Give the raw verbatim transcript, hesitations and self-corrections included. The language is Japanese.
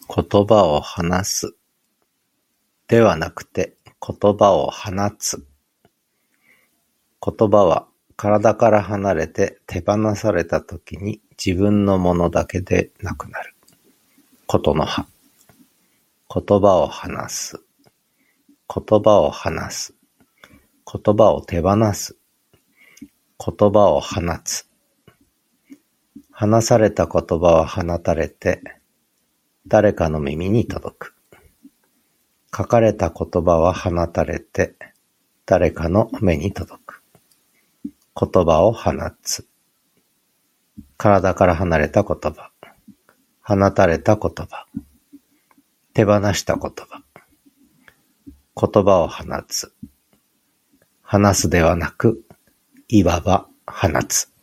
言葉を話すではなくて言葉を放つ。言葉は体から離れて手放されたときに自分のものだけでなくなる。ことの葉。言葉を話す。言葉を話す。言葉を手放す。言葉を放つ。話された言葉は放たれて誰かの耳に届く。書かれた言葉は放たれて誰かの目に届く。言葉を放つ。体から離れた言葉。放たれた言葉。手放した言葉。言葉を放つ。話すではなく、いわば放つ。